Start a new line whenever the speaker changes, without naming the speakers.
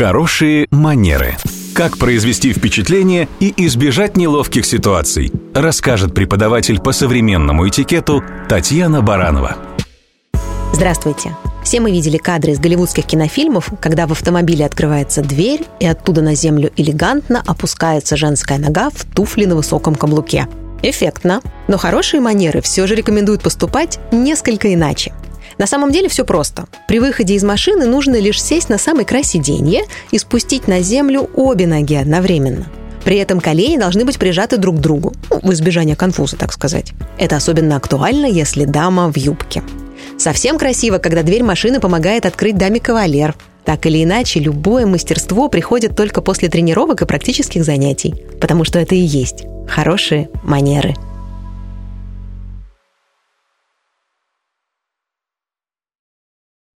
Хорошие манеры. Как произвести впечатление и избежать неловких ситуаций, расскажет преподаватель по современному этикету Татьяна Баранова.
Здравствуйте. Все мы видели кадры из голливудских кинофильмов, когда в автомобиле открывается дверь, и оттуда на землю элегантно опускается женская нога в туфли на высоком каблуке. Эффектно, но хорошие манеры все же рекомендуют поступать несколько иначе. На самом деле все просто. При выходе из машины нужно лишь сесть на самый край сиденья и спустить на землю обе ноги одновременно. При этом колени должны быть прижаты друг к другу, в избежание конфуза, так сказать. Это особенно актуально, если дама в юбке. Совсем красиво, когда дверь машины помогает открыть даме кавалер. Так или иначе, любое мастерство приходит только после тренировок и практических занятий, потому что это и есть хорошие манеры.